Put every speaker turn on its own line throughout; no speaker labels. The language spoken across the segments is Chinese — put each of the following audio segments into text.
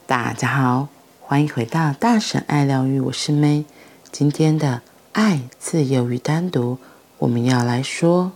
大家好，欢迎回到大神爱疗愈，我是 May。今天的爱、自由与单独，我们要来说，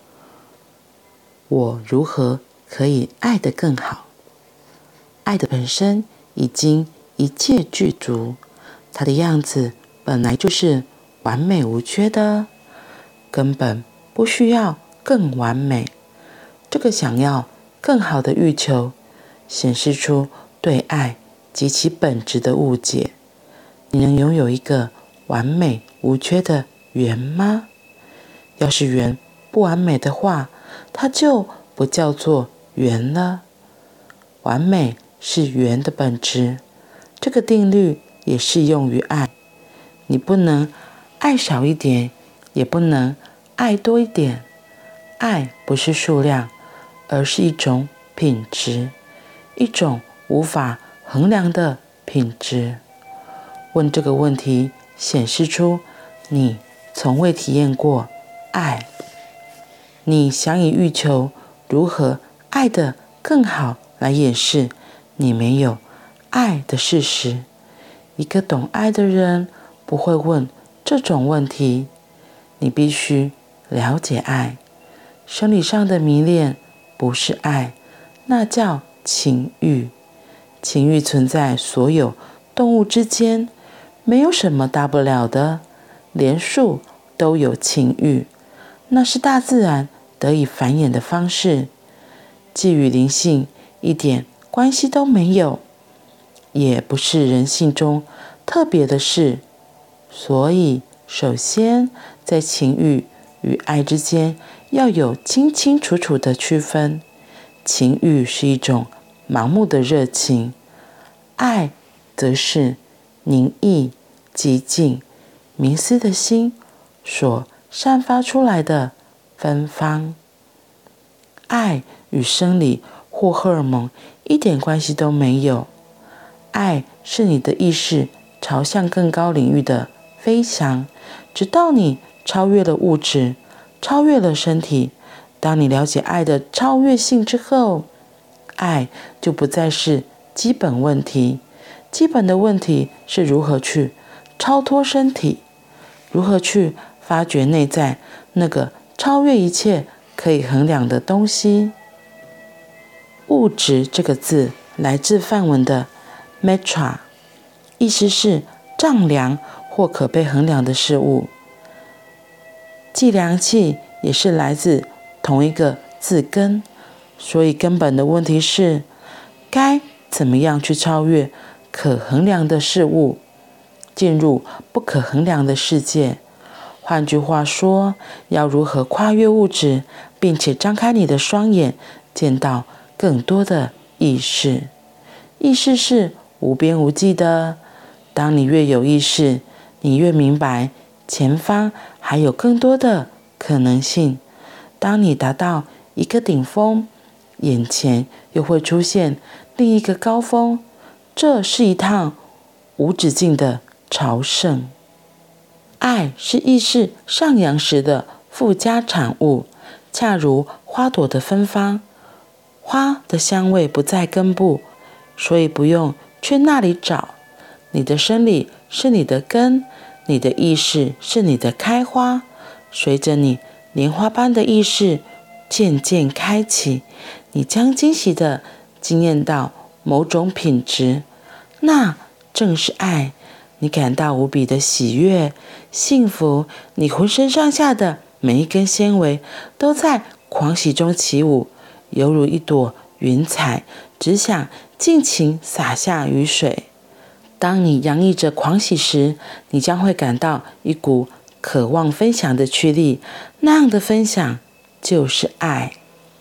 我如何可以爱得更好。爱的本身已经一切具足，它的样子本来就是完美无缺的，根本不需要更完美。这个想要更好的欲求，显示出对爱及其本质的误解。你能拥有一个完美无缺的圆吗？要是圆不完美的话，它就不叫做圆了。完美是圆的本质，这个定律也适用于爱。你不能爱少一点，也不能爱多一点。爱不是数量，而是一种品质，一种无法衡量的品质。问这个问题，显示出你从未体验过爱。你想以欲求如何爱得更好来掩饰你没有爱的事实。一个懂爱的人不会问这种问题。你必须了解爱。生理上的迷恋不是爱，那叫情欲。情欲存在所有动物之间，没有什么大不了的，连树都有情欲，那是大自然得以繁衍的方式，既与灵性一点关系都没有，也不是人性中特别的事。所以，首先在情欲与爱之间要有清清楚楚的区分。情欲是一种盲目的热情，爱则是宁毅、寂静、冥思的心所散发出来的芬芳。爱与生理或荷尔蒙一点关系都没有。爱是你的意识朝向更高领域的飞翔，直到你超越了物质，超越了身体。当你了解爱的超越性之后，爱就不再是基本问题。基本的问题是如何去超脱身体，如何去发掘内在那个超越一切可以衡量的东西。物质这个字来自梵文的 metra， 意思是丈量或可被衡量的事物。计量器也是来自同一个字根，所以根本的问题是，该怎么样去超越可衡量的事物，进入不可衡量的世界。换句话说，要如何跨越物质，并且张开你的双眼，见到更多的意识。意识是无边无际的，当你越有意识，你越明白前方还有更多的可能性。当你达到一个顶峰，眼前又会出现另一个高峰，这是一趟无止境的朝圣。爱是意识上扬时的附加产物，恰如花朵的芬芳，花的香味不在根部，所以不用去那里找。你的生理是你的根，你的意识是你的开花。随着你莲花般的意识渐渐开启，你将惊喜地经验到某种品质，那正是爱。你感到无比的喜悦、幸福，你浑身上下的每一根纤维都在狂喜中起舞，犹如一朵云彩，只想尽情洒下雨水。当你洋溢着狂喜时，你将会感到一股渴望分享的驱力，那样的分享就是爱。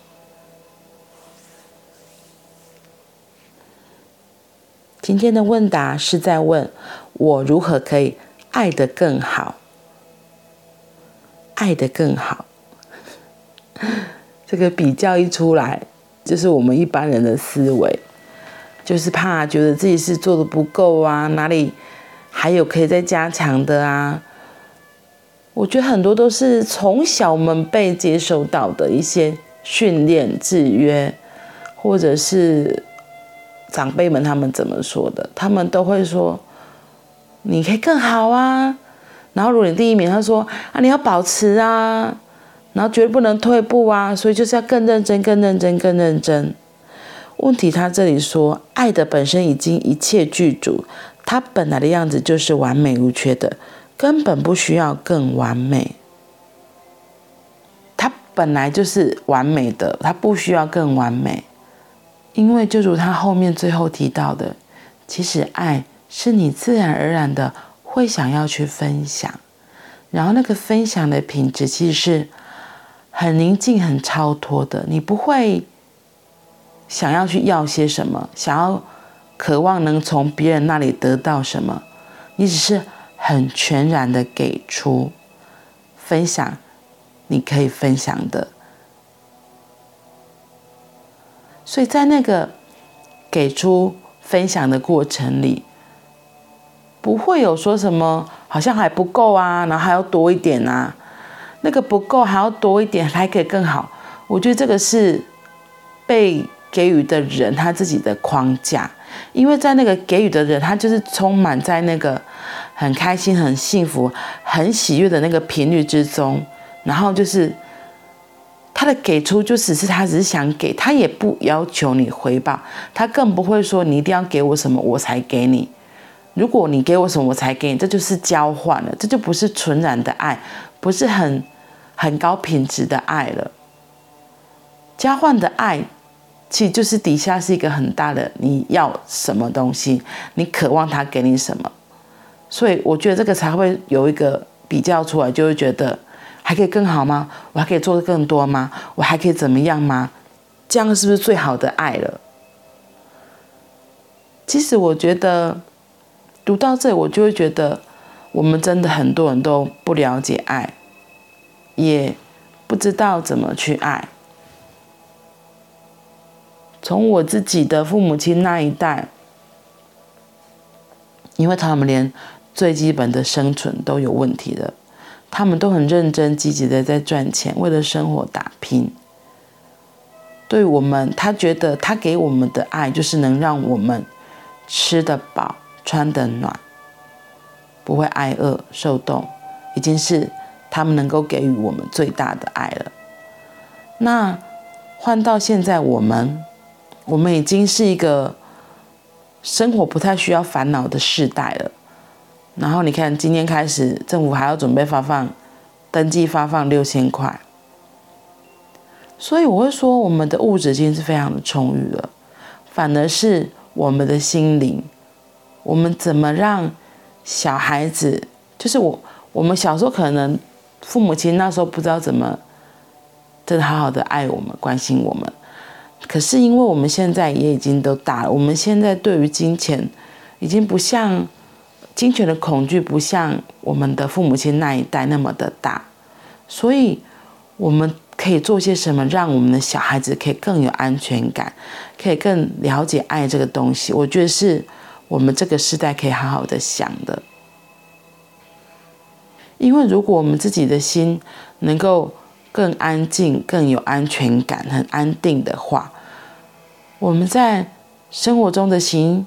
今天的问答是在问我如何可以爱得更好。爱得更好，这个比较一出来，就是我们一般人的思维，就是怕觉得自己是做的不够啊，哪里还有可以再加强的啊。我觉得很多都是从小我们被接受到的一些训练制约，或者是长辈们他们怎么说的？他们都会说你可以更好啊，然后如果你第一名，他说你要保持啊，然后绝对不能退步啊，所以就是要更认真、更认真、更认真。问题他这里说，爱的本身已经一切具足，它本来的样子就是完美无缺的，根本不需要更完美。它本来就是完美的，它不需要更完美。因为就如他后面最后提到的，其实爱是你自然而然的会想要去分享，然后那个分享的品质其实是很宁静、很超脱的，你不会想要去要些什么，想要渴望能从别人那里得到什么，你只是很全然的给出分享你可以分享的。所以在那个给出分享的过程里，不会有说什么好像还不够啊，然后还要多一点啊，那个不够还要多一点，还可以更好。我觉得这个是被给予的人他自己的框架，因为在那个给予的人，他就是充满在那个很开心、很幸福、很喜悦的那个频率之中，然后就是他的给出就只是他只是想给，他也不要求你回报，他更不会说你一定要给我什么我才给你。如果你给我什么我才给你，这就是交换了，这就不是纯然的爱，不是很高品质的爱了。交换的爱其实就是底下是一个很大的你要什么东西，你渴望他给你什么，所以我觉得这个才会有一个比较出来，就会觉得还可以更好吗？我还可以做得更多吗？我还可以怎么样吗？这样是不是最好的爱了？其实我觉得读到这里，我就会觉得我们真的很多人都不了解爱，也不知道怎么去爱。从我自己的父母亲那一代，因为他们连最基本的生存都有问题的，他们都很认真积极的在赚钱，为了生活打拼。对我们，他觉得他给我们的爱就是能让我们吃得饱、穿得暖，不会挨饿受冻，已经是他们能够给予我们最大的爱了。那换到现在我们已经是一个生活不太需要烦恼的世代了。然后你看，今天开始政府还要准备登记发放6000块，所以我会说，我们的物质已经是非常的充裕了，反而是我们的心灵，我们怎么让小孩子，就是我们小时候可能父母亲那时候不知道怎么真的好好的爱我们、关心我们，可是因为我们现在也已经都大了，我们现在对于金钱已经不像金钱的恐惧，不像我们的父母亲那一代那么的大，所以我们可以做些什么，让我们的小孩子可以更有安全感，可以更了解爱这个东西。我觉得是我们这个时代可以好好的想的。因为如果我们自己的心能够更安静、更有安全感、很安定的话，我们在生活中的行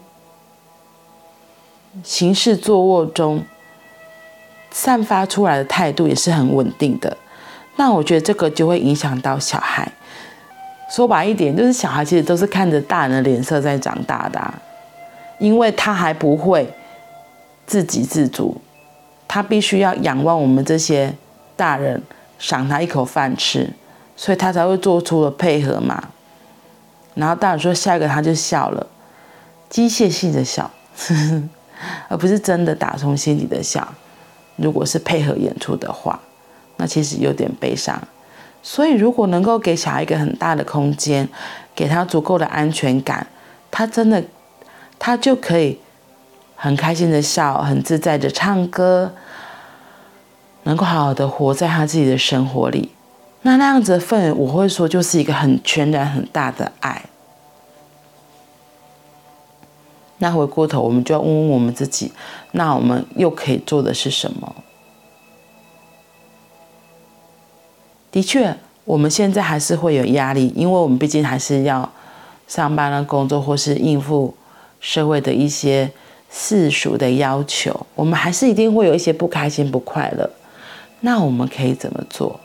事坐卧中散发出来的态度也是很稳定的。那我觉得这个就会影响到小孩。说白一点，就是小孩其实都是看着大人的脸色在长大的因为他还不会自给自足，他必须要仰望我们这些大人赏他一口饭吃，所以他才会做出了配合嘛。然后大人说下一个，他就笑了，机械性的笑而不是真的打从心底的笑。如果是配合演出的话，那其实有点悲伤。所以如果能够给小孩一个很大的空间，给他足够的安全感，他就可以很开心的笑，很自在的唱歌，能够好好的活在他自己的生活里。那样子的氛围，我会说就是一个很全然很大的爱。那回过头，我们就要问问我们自己，那我们又可以做的是什么？的确，我们现在还是会有压力，因为我们毕竟还是要上班的工作，或是应付社会的一些世俗的要求，我们还是一定会有一些不开心、不快乐。那我们可以怎么做？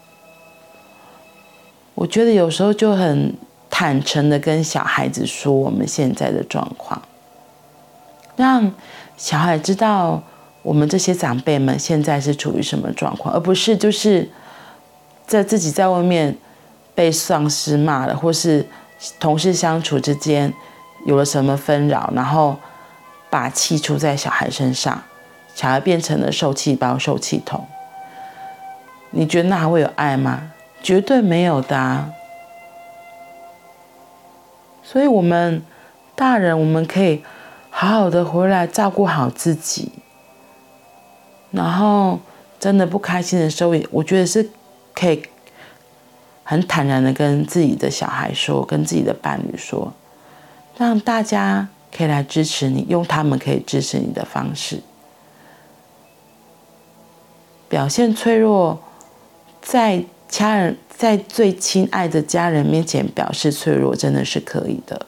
我觉得有时候就很坦诚的跟小孩子说我们现在的状况，让小孩知道我们这些长辈们现在是处于什么状况，而不是就是自己在外面被上司骂了，或是同事相处之间有了什么纷扰，然后把气出在小孩身上，小孩变成了受气包、受气筒。你觉得那还会有爱吗？绝对没有的啊。所以我们大人，我们可以好好的回来照顾好自己，然后真的不开心的时候，我觉得是可以很坦然的跟自己的小孩说，跟自己的伴侣说，让大家可以来支持你，用他们可以支持你的方式。表现脆弱，在最亲爱的家人面前表示脆弱，真的是可以的。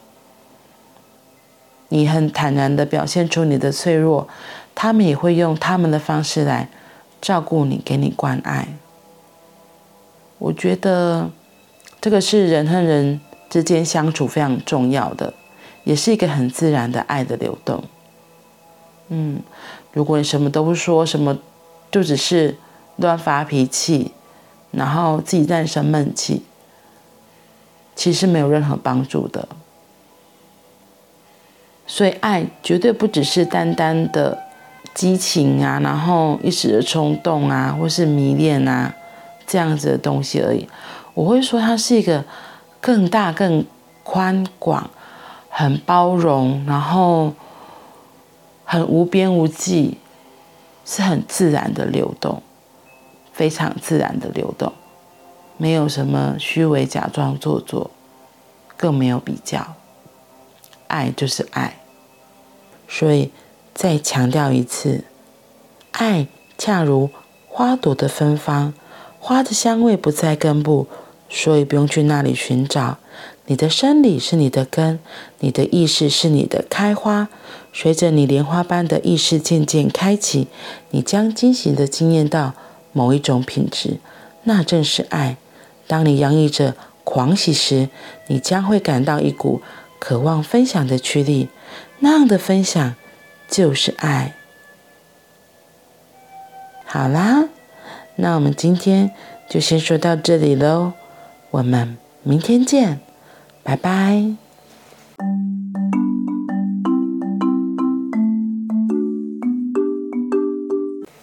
你很坦然的表现出你的脆弱，他们也会用他们的方式来照顾你，给你关爱。我觉得这个是人和人之间相处非常重要的，也是一个很自然的爱的流动。如果你什么都不说，什么就只是乱发脾气，然后自己在那生闷气，其实没有任何帮助的。所以爱绝对不只是单单的激情啊，然后一时的冲动啊，或是迷恋啊，这样子的东西而已。我会说它是一个更大、更宽广、很包容，然后很无边无际，是很自然的流动，非常自然的流动，没有什么虚伪、假装、做作，更没有比较。爱就是爱。所以再强调一次，爱恰如花朵的芬芳，花的香味不在根部，所以不用去那里寻找。你的生理是你的根，你的意识是你的开花。随着你莲花般的意识渐渐开启，你将惊喜地惊艳到某一种品质，那正是爱。当你洋溢着狂喜时，你将会感到一股渴望分享的驱力，那样的分享就是爱。好啦，那我们今天就先说到这里咯，我们明天见，拜拜。